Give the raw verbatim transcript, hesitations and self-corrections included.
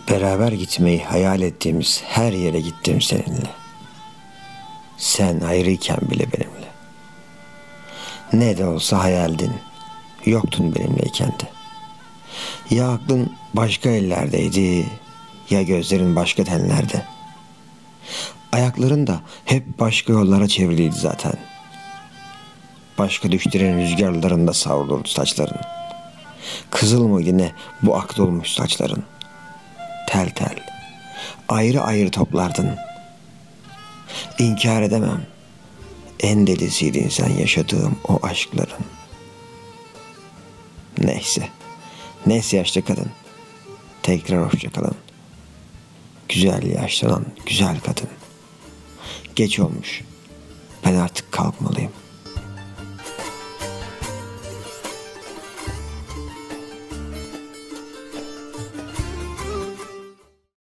Beraber gitmeyi hayal ettiğimiz her yere gittim seninle. Sen ayrıyken bile benimle. Ne de olsa hayaldin, yoktun benimleyken de. Ya aklın başka ellerdeydi, ya gözlerin başka tenlerde. Ayakların da hep başka yollara çevriliydi zaten. Başka düşlerin rüzgarlarında savrulurdu saçların. Kızıl mıydı ne bu ak dolmuş saçların? Tel tel, ayrı ayrı toplardın. İnkar edemem, en delisiydin sen yaşadığım o aşkların. Neyse, neyse yaşlı kadın, tekrar hoşça kalın. Güzel yaşlanan güzel kadın. Geç olmuş, ben artık kalkmalıyım.